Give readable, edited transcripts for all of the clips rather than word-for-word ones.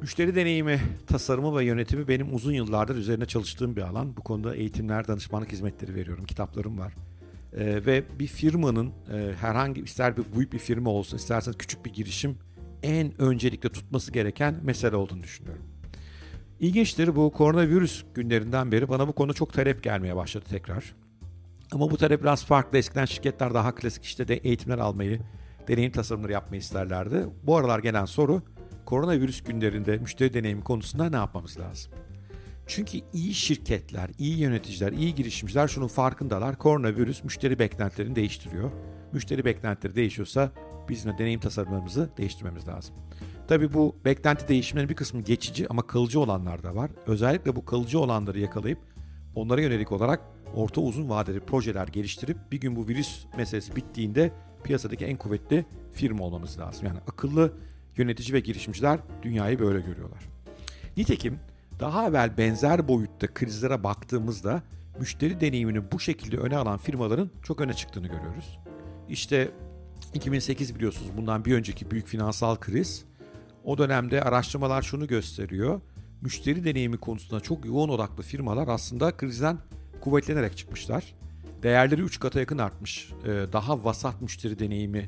Müşteri deneyimi, tasarımı ve yönetimi benim uzun yıllardır üzerine çalıştığım bir alan. Bu konuda eğitimler, danışmanlık hizmetleri veriyorum. Kitaplarım var. Ve bir firmanın herhangi ister bir büyük bir firma olsun, isterseniz küçük bir girişim en öncelikle tutması gereken mesele olduğunu düşünüyorum. İlginçtir, bu koronavirüs günlerinden beri bana bu konuda çok talep gelmeye başladı tekrar. Ama bu talep biraz farklı. Eskiden şirketler daha klasik işte de eğitimler almayı, deneyim tasarımları yapmayı isterlerdi. Bu aralar gelen soru, koronavirüs günlerinde müşteri deneyimi konusunda ne yapmamız lazım? Çünkü iyi şirketler, iyi yöneticiler, iyi girişimciler şunun farkındalar. Koronavirüs müşteri beklentilerini değiştiriyor. Müşteri beklentileri değişiyorsa bizim de deneyim tasarımlarımızı değiştirmemiz lazım. Tabii bu beklenti değişimlerinin bir kısmı geçici ama kalıcı olanlar da var. Özellikle bu kalıcı olanları yakalayıp onlara yönelik olarak orta uzun vadeli projeler geliştirip bir gün bu virüs meselesi bittiğinde piyasadaki en kuvvetli firma olmamız lazım. Yani akıllı yönetici ve girişimciler dünyayı böyle görüyorlar. Nitekim daha evvel benzer boyutta krizlere baktığımızda müşteri deneyimini bu şekilde öne alan firmaların çok öne çıktığını görüyoruz. İşte 2008 biliyorsunuz, bundan bir önceki büyük finansal kriz. O dönemde araştırmalar şunu gösteriyor. Müşteri deneyimi konusunda çok yoğun odaklı firmalar aslında krizden kuvvetlenerek çıkmışlar. Değerleri 3 kata yakın artmış. Daha vasat müşteri deneyimi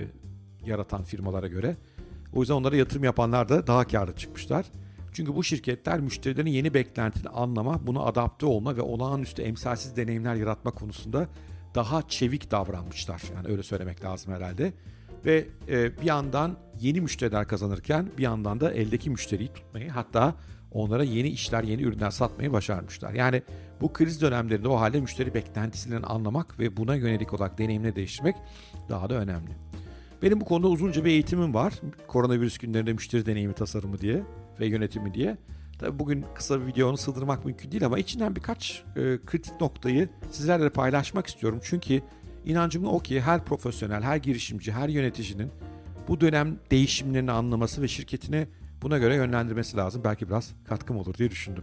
yaratan firmalara göre. O yüzden onlara yatırım yapanlar da daha kârlı çıkmışlar. Çünkü bu şirketler müşterilerin yeni beklentilerini anlama, buna adapte olma ve olağanüstü emsalsiz deneyimler yaratma konusunda daha çevik davranmışlar. Yani öyle söylemek lazım herhalde. Ve bir yandan yeni müşteriler kazanırken bir yandan da eldeki müşteriyi tutmayı, hatta onlara yeni işler, yeni ürünler satmayı başarmışlar. Yani bu kriz dönemlerinde o halde müşteri beklentilerini anlamak ve buna yönelik olarak deneyimini değiştirmek daha da önemli. Benim bu konuda uzunca bir eğitimim var. Koronavirüs günlerinde müşteri deneyimi tasarımı diye ve yönetimi diye. Tabii bugün kısa bir videonu sığdırmak mümkün değil ama içinden birkaç kritik noktayı sizlerle paylaşmak istiyorum. Çünkü inancım o ki her profesyonel, her girişimci, her yöneticinin bu dönem değişimlerini anlaması ve şirketini buna göre yönlendirmesi lazım. Belki biraz katkım olur diye düşündüm.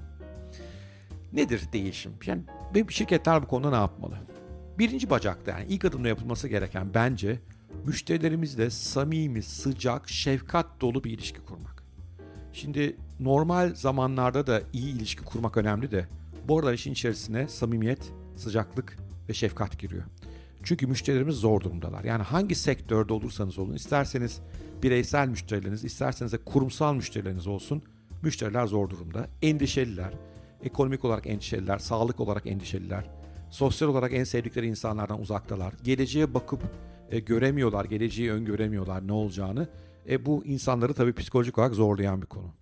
Nedir değişim? Yani şirketler bu konuda ne yapmalı? Birinci bacakta, yani ilk adımda yapılması gereken bence müşterilerimizle samimi, sıcak, şefkat dolu bir ilişki kurmak. Şimdi normal zamanlarda da iyi ilişki kurmak önemli de bu arada işin içerisine samimiyet, sıcaklık ve şefkat giriyor. Çünkü müşterilerimiz zor durumdalar. Yani hangi sektörde olursanız olun, isterseniz bireysel müşterileriniz, isterseniz de kurumsal müşterileriniz olsun, müşteriler zor durumda. Endişeliler, ekonomik olarak endişeliler, sağlık olarak endişeliler, sosyal olarak en sevdikleri insanlardan uzaktalar. Geleceğe bakıp göremiyorlar, geleceği öngöremiyorlar ne olacağını. Bu insanları tabii psikolojik olarak zorlayan bir konu.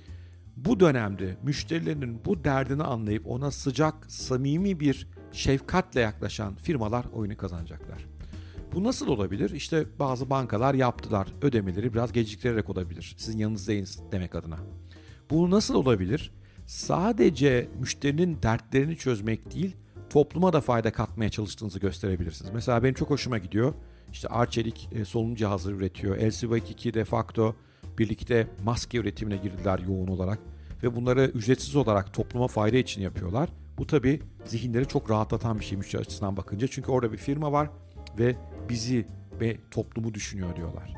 Bu dönemde müşterilerinin bu derdini anlayıp ona sıcak, samimi bir şefkatle yaklaşan firmalar oyunu kazanacaklar. Bu nasıl olabilir? İşte bazı bankalar yaptılar. Ödemeleri biraz geciktirerek olabilir. Sizin yanınızdayız demek adına. Bu nasıl olabilir? Sadece müşterinin dertlerini çözmek değil, topluma da fayda katmaya çalıştığınızı gösterebilirsiniz. Mesela benim çok hoşuma gidiyor. İşte Arçelik solunum cihazları üretiyor. LC-V2 de facto birlikte maske üretimine girdiler yoğun olarak. Ve bunları ücretsiz olarak topluma fayda için yapıyorlar. Bu tabii zihinleri çok rahatlatan bir şey müşteri açısından bakınca. Çünkü orada bir firma var ve bizi ve toplumu düşünüyor diyorlar.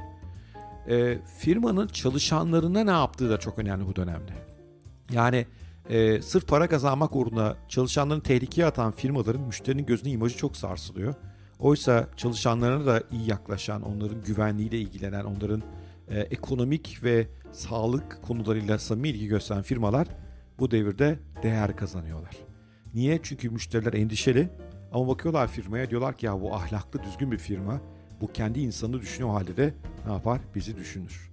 Firmanın çalışanlarına ne yaptığı da çok önemli bu dönemde. Yani sırf para kazanmak uğruna çalışanlarını tehlikeye atan firmaların müşterinin gözüne imajı çok sarsılıyor. Oysa çalışanlarına da iyi yaklaşan, onların güvenliğiyle ilgilenen, onların ekonomik ve sağlık konularıyla samimi ilgi gösteren firmalar bu devirde değer kazanıyorlar. Niye? Çünkü müşteriler endişeli ama bakıyorlar firmaya, diyorlar ki ya bu ahlaklı, düzgün bir firma. Bu kendi insanını düşünüyor halde de ne yapar? Bizi düşünür.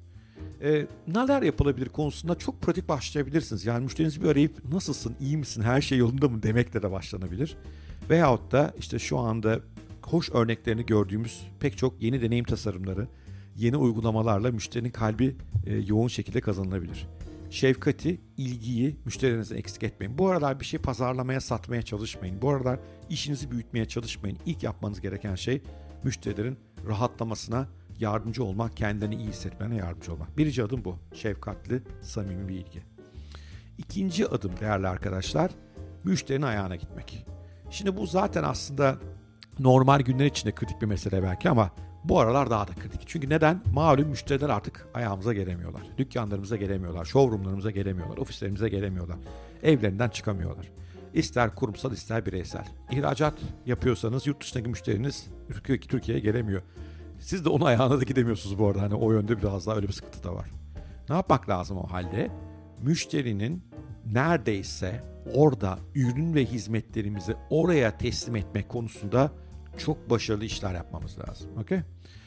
Neler yapılabilir konusunda çok pratik başlayabilirsiniz. Yani müşterinizi bir arayıp nasılsın, iyi misin, her şey yolunda mı demekle de başlanabilir. Veyahut da işte şu anda hoş örneklerini gördüğümüz pek çok yeni deneyim tasarımları, yeni uygulamalarla müşterinin kalbi yoğun şekilde kazanılabilir. Şefkati, ilgiyi müşterilerinizden eksik etmeyin. Bu aralar bir şey pazarlamaya, satmaya çalışmayın. Bu aralar işinizi büyütmeye çalışmayın. İlk yapmanız gereken şey müşterilerin rahatlamasına yardımcı olmak, kendilerini iyi hissetmelerine yardımcı olmak. Birinci adım bu. Şefkatli, samimi bir ilgi. İkinci adım değerli arkadaşlar, müşterinin ayağına gitmek. Şimdi bu zaten aslında normal günler içinde kritik bir mesele belki ama Bu aralar daha da kritik. Çünkü neden? Malum müşteriler artık ayağımıza gelemiyorlar. Dükkanlarımıza gelemiyorlar. Showroomlarımıza gelemiyorlar. Ofislerimize gelemiyorlar. Evlerinden çıkamıyorlar. İster kurumsal ister bireysel. İhracat yapıyorsanız yurt dışındaki müşteriniz Türkiye'ye gelemiyor. Siz de onun ayağına da gidemiyorsunuz bu arada. Hani o yönde biraz daha öyle bir sıkıntı da var. Ne yapmak lazım o halde? Müşterinin neredeyse orada ürün ve hizmetlerimizi oraya teslim etmek konusunda çok başarılı işler yapmamız lazım. Okay?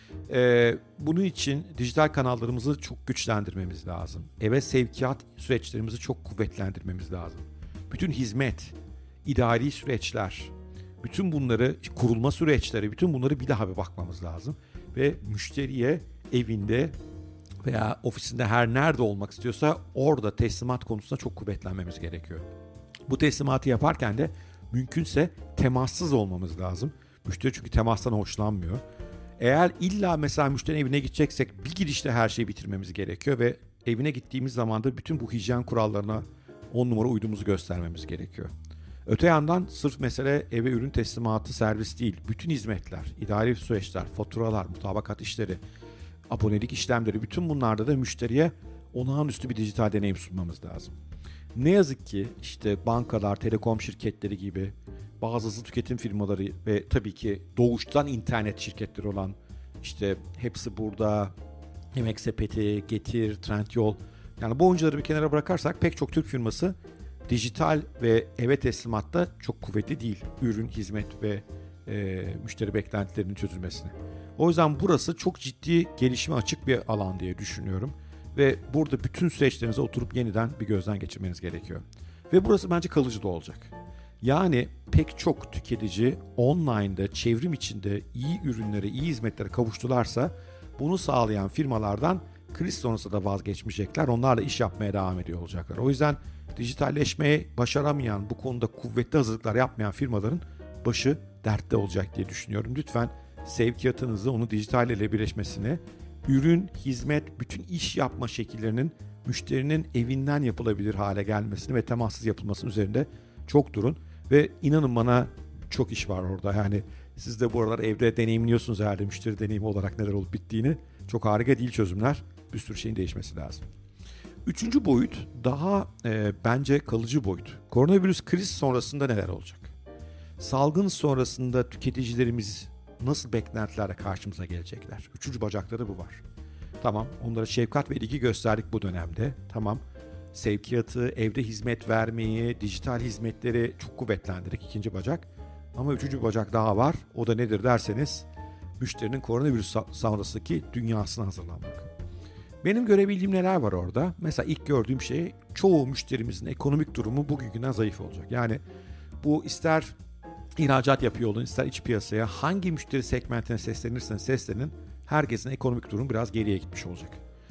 Bunun için dijital kanallarımızı çok güçlendirmemiz lazım. Eve sevkiyat süreçlerimizi çok kuvvetlendirmemiz lazım. Bütün hizmet, idari süreçler, bütün bunları, kurulma süreçleri, bütün bunları bir daha bir bakmamız lazım. Ve müşteriye evinde veya ofisinde her nerede olmak istiyorsa orada teslimat konusunda çok kuvvetlenmemiz gerekiyor. Bu teslimatı yaparken de mümkünse temassız olmamız lazım. Müşteri çünkü temastan hoşlanmıyor. Eğer illa mesela müşterinin evine gideceksek bir girişte her şeyi bitirmemiz gerekiyor ve evine gittiğimiz zaman da bütün bu hijyen kurallarına 10 numara uyduğumuzu göstermemiz gerekiyor. Öte yandan sırf mesele eve ürün teslimatı, servis değil. Bütün hizmetler, idari süreçler, faturalar, mutabakat işleri, abonelik işlemleri, bütün bunlarda da müşteriye olağanüstü bir dijital deneyim sunmamız lazım. Ne yazık ki işte bankalar, telekom şirketleri gibi bazı hızlı tüketim firmaları ve tabii ki doğuştan internet şirketleri olan işte hepsi burada, Yemek Sepeti, Getir, Trendyol, yani bu oyuncuları bir kenara bırakarsak pek çok Türk firması dijital ve eve teslimatta çok kuvvetli değil. Ürün, hizmet ve müşteri beklentilerinin çözülmesine. O yüzden burası çok ciddi gelişime açık bir alan diye düşünüyorum. Ve burada bütün süreçlerinize oturup yeniden bir gözden geçirmeniz gerekiyor. Ve burası bence kalıcı da olacak. Yani pek çok tüketici online'da, çevrim içinde iyi ürünlere, iyi hizmetlere kavuştularsa bunu sağlayan firmalardan kriz sonrası da vazgeçmeyecekler. Onlarla iş yapmaya devam ediyor olacaklar. O yüzden dijitalleşmeyi başaramayan, bu konuda kuvvetli hazırlıklar yapmayan firmaların başı dertte olacak diye düşünüyorum. Lütfen sevkiyatınızı, onu dijitalle birleşmesine, ürün, hizmet, bütün iş yapma şekillerinin müşterinin evinden yapılabilir hale gelmesini ve temassız yapılmasının üzerinde çok durun. Ve inanın bana çok iş var orada. Yani siz de bu aralar evde deneyimliyorsunuz herhalde müşteri deneyimi olarak neler olup bittiğini. Çok harika değil çözümler. Bir sürü şeyin değişmesi lazım. Üçüncü boyut daha bence kalıcı boyut. Koronavirüs kriz sonrasında neler olacak? Salgın sonrasında tüketicilerimiz nasıl beklentilerle karşımıza gelecekler? Üçüncü bacakta da bu var. Tamam, onlara şefkat ve ilgi gösterdik bu dönemde. Tamam, sevkiyatı, evde hizmet vermeyi, dijital hizmetleri çok kuvvetlendirdik, ikinci bacak. Ama üçüncü bacak daha var. O da nedir derseniz, müşterinin koronavirüs sonrasındaki dünyasına hazırlanmak. Benim görebildiğim neler var orada? Mesela ilk gördüğüm şey, çoğu müşterimizin ekonomik durumu bugünkünden zayıf olacak. Yani bu ister ihracat yapıyor olun, ister iç piyasaya hangi müşteri segmentine seslenirseniz seslenin, herkesin ekonomik durumu biraz geriye gitmiş olacak.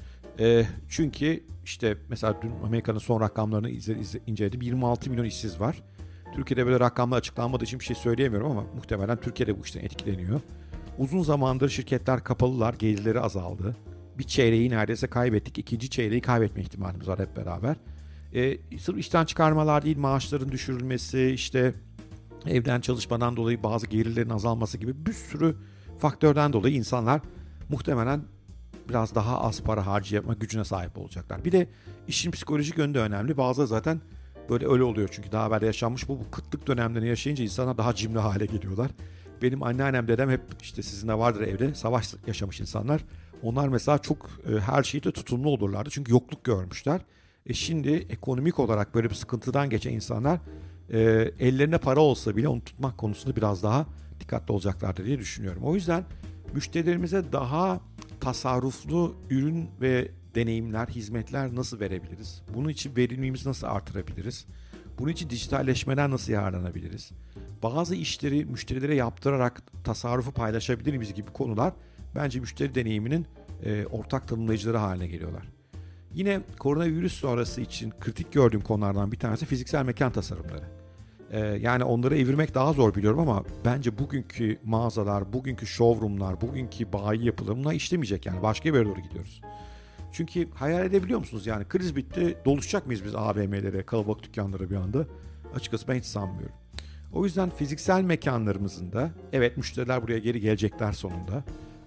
Çünkü işte mesela dün Amerika'nın son rakamlarını inceledim. 26 milyon işsiz var. Türkiye'de böyle rakamlar açıklanmadığı için bir şey söyleyemiyorum ama muhtemelen Türkiye'de bu işten etkileniyor. Uzun zamandır şirketler kapalılar, gelirleri azaldı. Bir çeyreği neredeyse kaybettik. İkinci çeyreği kaybetme ihtimalimiz var hep beraber. Sırf işten çıkarmalar değil, maaşların düşürülmesi, işte evden çalışmadan dolayı bazı gelirlerin azalması gibi bir sürü faktörden dolayı insanlar muhtemelen biraz daha az para harcayma gücüne sahip olacaklar. Bir de işin psikolojik yönü de önemli. Bazıları zaten böyle öyle oluyor çünkü daha evvel yaşanmış bu kıtlık dönemlerini yaşayınca insanlar daha cimri hale geliyorlar. Benim anneannem, dedem hep işte sizin de vardır evde savaş yaşamış insanlar. Onlar mesela çok her şeyde tutumlu olurlardı çünkü yokluk görmüşler. Şimdi ekonomik olarak böyle bir sıkıntıdan geçen insanlar ellerine para olsa bile onu tutmak konusunda biraz daha dikkatli olacaklardır diye düşünüyorum. O yüzden müşterilerimize daha tasarruflu ürün ve deneyimler, hizmetler nasıl verebiliriz? Bunun için verimliliğimizi nasıl artırabiliriz? Bunun için dijitalleşmeden nasıl yararlanabiliriz? Bazı işleri müşterilere yaptırarak tasarrufu paylaşabilir miyiz gibi konular bence müşteri deneyiminin ortak tanımlayıcıları haline geliyorlar. Yine koronavirüs sonrası için kritik gördüğüm konulardan bir tanesi fiziksel mekan tasarımları. Yani onları evirmek daha zor biliyorum ama bence bugünkü mağazalar, bugünkü showroomlar, bugünkü bayi yapıları bunlar işlemeyecek yani. Başka bir yere doğru gidiyoruz. Çünkü hayal edebiliyor musunuz yani kriz bitti, doluşacak mıyız biz AVM'lere, kalabalık dükkanlara bir anda? Açıkçası ben hiç sanmıyorum. O yüzden fiziksel mekanlarımızın da evet müşteriler buraya geri gelecekler sonunda.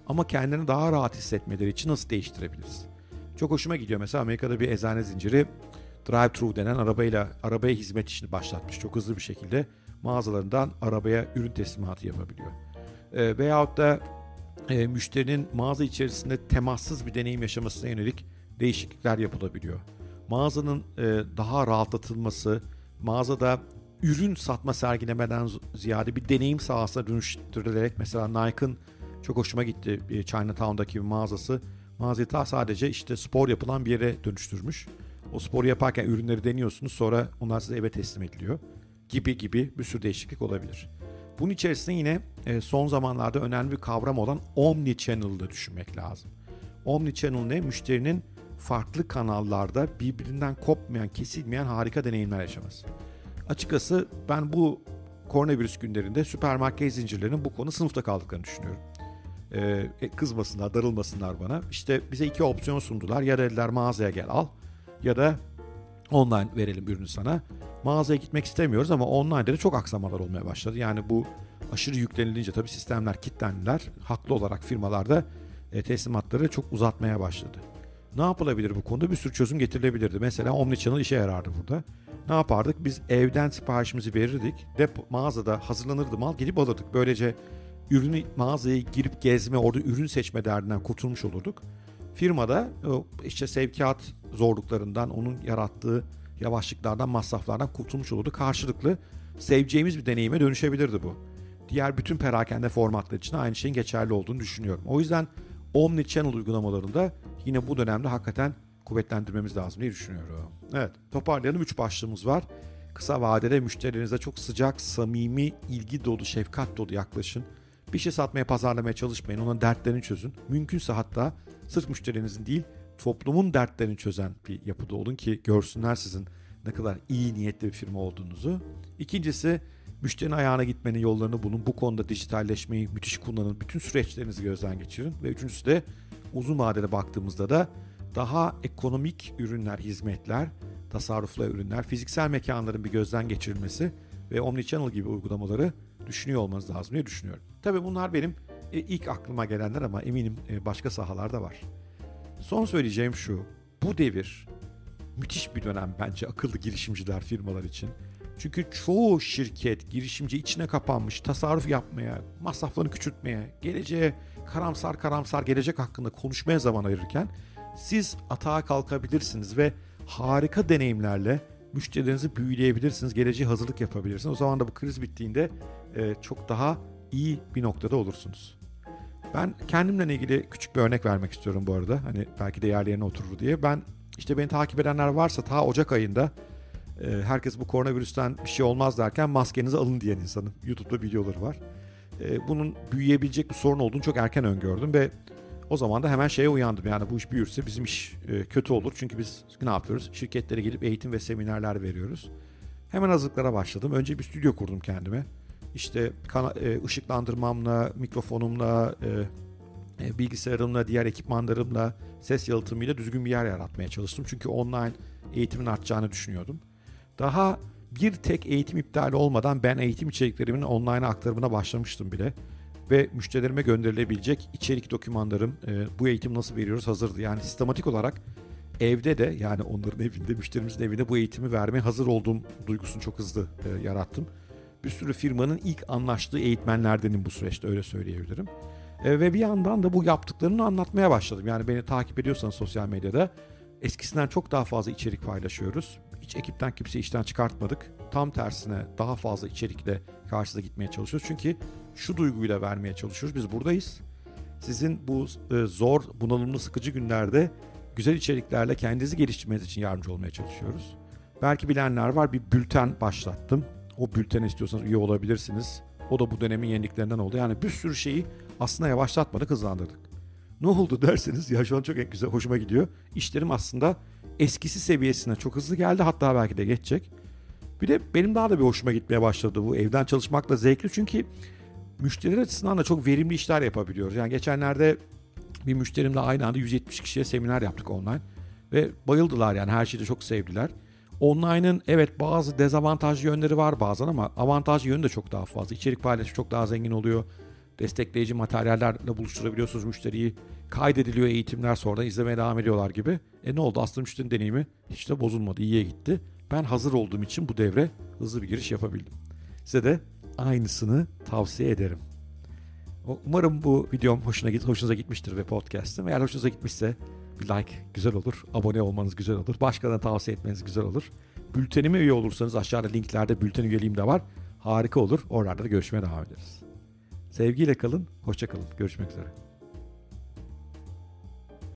Ama kendini daha rahat hissetmeleri için nasıl değiştirebiliriz? Çok hoşuma gidiyor. Mesela Amerika'da bir eczane zinciri drive-thru denen arabaya hizmet işini başlatmış. Çok hızlı bir şekilde mağazalarından arabaya ürün teslimatı yapabiliyor. Veyahut da müşterinin mağaza içerisinde temassız bir deneyim yaşamasına yönelik değişiklikler yapılabiliyor. Mağazanın daha rahatlatılması, mağazada ürün satma sergilemeden ziyade bir deneyim sahasına dönüştürülerek, mesela Nike'ın çok hoşuma gitti Chinatown'daki bir mağazası. Mağazayı sadece işte spor yapılan bir yere dönüştürmüş. O sporu yaparken ürünleri deniyorsunuz, sonra onlar size eve teslim ediliyor. Gibi bir sürü değişiklik olabilir. Bunun içerisinde yine son zamanlarda önemli bir kavram olan Omnichannel'ı düşünmek lazım. Omnichannel ne? Müşterinin farklı kanallarda birbirinden kopmayan, kesilmeyen harika deneyimler yaşaması. Açıkçası ben bu koronavirüs günlerinde süpermarket zincirlerinin bu konu sınıfta kaldıklarını düşünüyorum. Kızmasınlar, darılmasınlar bana. İşte bize 2 opsiyon sundular. Ya dediler mağazaya gel al, ya da online verelim ürünü sana. Mağazaya gitmek istemiyoruz ama online'da da çok aksamalar olmaya başladı. Yani bu aşırı yüklenilince tabii sistemler kilitlendiler. Haklı olarak firmalarda teslimatları çok uzatmaya başladı. Ne yapılabilir bu konuda? Bir sürü çözüm getirilebilirdi. Mesela Omnichannel işe yarardı burada. Ne yapardık? Biz evden siparişimizi verirdik. Mağazada hazırlanırdı mal, gidip alırdık. Böylece ürünü mağazaya girip gezme, orada ürün seçme derdinden kurtulmuş olurduk. Firmada işte sevkiyat zorluklarından, onun yarattığı yavaşlıklardan, masraflardan kurtulmuş olurdu. Karşılıklı seveceğimiz bir deneyime dönüşebilirdi bu. Diğer bütün perakende formatlar için aynı şeyin geçerli olduğunu düşünüyorum. O yüzden Omnichannel uygulamalarında yine bu dönemde hakikaten kuvvetlendirmemiz lazım diye düşünüyorum. Evet, toparlayalım. 3 başlığımız var. Kısa vadede müşterilerinize çok sıcak, samimi, ilgi dolu, şefkat dolu yaklaşın. Bir şey satmaya, pazarlamaya çalışmayın. Onun dertlerini çözün. Mümkünse hatta sırf müşterinizin değil, toplumun dertlerini çözen bir yapıda olun ki görsünler sizin ne kadar iyi niyetli bir firma olduğunuzu. İkincisi, müşterinin ayağına gitmenin yollarını bulun. Bu konuda dijitalleşmeyi müthiş kullanın. Bütün süreçlerinizi gözden geçirin. Ve üçüncüsü de uzun vadede baktığımızda da daha ekonomik ürünler, hizmetler, tasarruflu ürünler, fiziksel mekanların bir gözden geçirilmesi ve Omnichannel gibi uygulamaları düşünüyor olmanız lazım diye düşünüyorum. Tabii bunlar benim ilk aklıma gelenler ama eminim başka sahalarda var. Son söyleyeceğim şu: bu devir müthiş bir dönem bence akıllı girişimciler, firmalar için. Çünkü çoğu şirket, girişimci içine kapanmış, tasarruf yapmaya, masraflarını küçültmeye, geleceğe karamsar gelecek hakkında konuşmaya zaman ayırırken siz atağa kalkabilirsiniz ve harika deneyimlerle müşterilerinizi büyüleyebilirsiniz, geleceğe hazırlık yapabilirsiniz. O zaman da bu kriz bittiğinde çok daha iyi bir noktada olursunuz. Ben kendimle ilgili küçük bir örnek vermek istiyorum bu arada. Hani belki de yerlerine oturur diye. İşte beni takip edenler varsa ta Ocak ayında herkes bu koronavirüsten bir şey olmaz derken maskenizi alın diyen insanın YouTube'da videoları var. Bunun büyüyebilecek bir sorun olduğunu çok erken öngördüm ve o zaman da hemen şeye uyandım. Yani bu iş büyürse bizim iş kötü olur. Çünkü biz ne yapıyoruz? Şirketlere gelip eğitim ve seminerler veriyoruz. Hemen hazırlıklara başladım. Önce bir stüdyo kurdum kendime. İşte ışıklandırmamla, mikrofonumla, bilgisayarımla, diğer ekipmanlarımla, ses yalıtımıyla düzgün bir yer yaratmaya çalıştım. Çünkü online eğitimin artacağını düşünüyordum. Daha bir tek eğitim iptali olmadan ben eğitim içeriklerimin online aktarımına başlamıştım bile. Ve müşterilerime gönderilebilecek içerik dokümanlarım, bu eğitim nasıl veriyoruz hazırdı. Yani sistematik olarak evde de, yani onların evinde, müşterimizin evinde bu eğitimi vermeye hazır olduğum duygusunu çok hızlı yarattım. Bir sürü firmanın ilk anlaştığı eğitmenlerdenim bu süreçte, öyle söyleyebilirim. Ve bir yandan da bu yaptıklarını anlatmaya başladım. Yani beni takip ediyorsanız sosyal medyada eskisinden çok daha fazla içerik paylaşıyoruz. Hiç ekipten kimseyi işten çıkartmadık. Tam tersine daha fazla içerikle karşınıza gitmeye çalışıyoruz. Çünkü şu duyguyla vermeye çalışıyoruz. Biz buradayız. Sizin bu zor, bunalımlı, sıkıcı günlerde güzel içeriklerle kendinizi geliştirmeniz için yardımcı olmaya çalışıyoruz. Belki bilenler var, bir bülten başlattım. O bültene istiyorsanız üye olabilirsiniz. O da bu dönemin yeniliklerinden oldu. Yani bir sürü şeyi aslında yavaşlatmadık, hızlandırdık. Ne oldu derseniz, ya şu an çok güzel, hoşuma gidiyor. İşlerim aslında eskisi seviyesine çok hızlı geldi. Hatta belki de geçecek. Bir de benim daha da bir hoşuma gitmeye başladı bu. Evden çalışmak da zevkli çünkü müşteriler açısından da çok verimli işler yapabiliyoruz. Yani geçenlerde bir müşterimle aynı anda 170 kişiye seminer yaptık online. Ve bayıldılar, yani her şeyi de çok sevdiler. Online'ın evet bazı dezavantajlı yönleri var bazen ama avantajlı yönü de çok daha fazla. İçerik paylaşımı çok daha zengin oluyor. destekleyici materyallerle buluşturabiliyorsunuz müşteriyi. Kaydediliyor eğitimler, sonra izlemeye devam ediyorlar gibi. Ne oldu? Aslında müşterinin deneyimi hiç de bozulmadı, iyiye gitti. Ben hazır olduğum için bu devre hızlı bir giriş yapabildim. Size de aynısını tavsiye ederim. Umarım bu videom hoşunuza gitmiştir ve podcast'ım. Eğer hoşunuza gitmişse bir like güzel olur. Abone olmanız güzel olur. Başkalarına tavsiye etmeniz güzel olur. Bültenime üye olursanız aşağıda linklerde bülten üyeliğim de var. Harika olur. Oralarda da görüşmeye devam ederiz. Sevgiyle kalın. Hoşça kalın. Görüşmek üzere.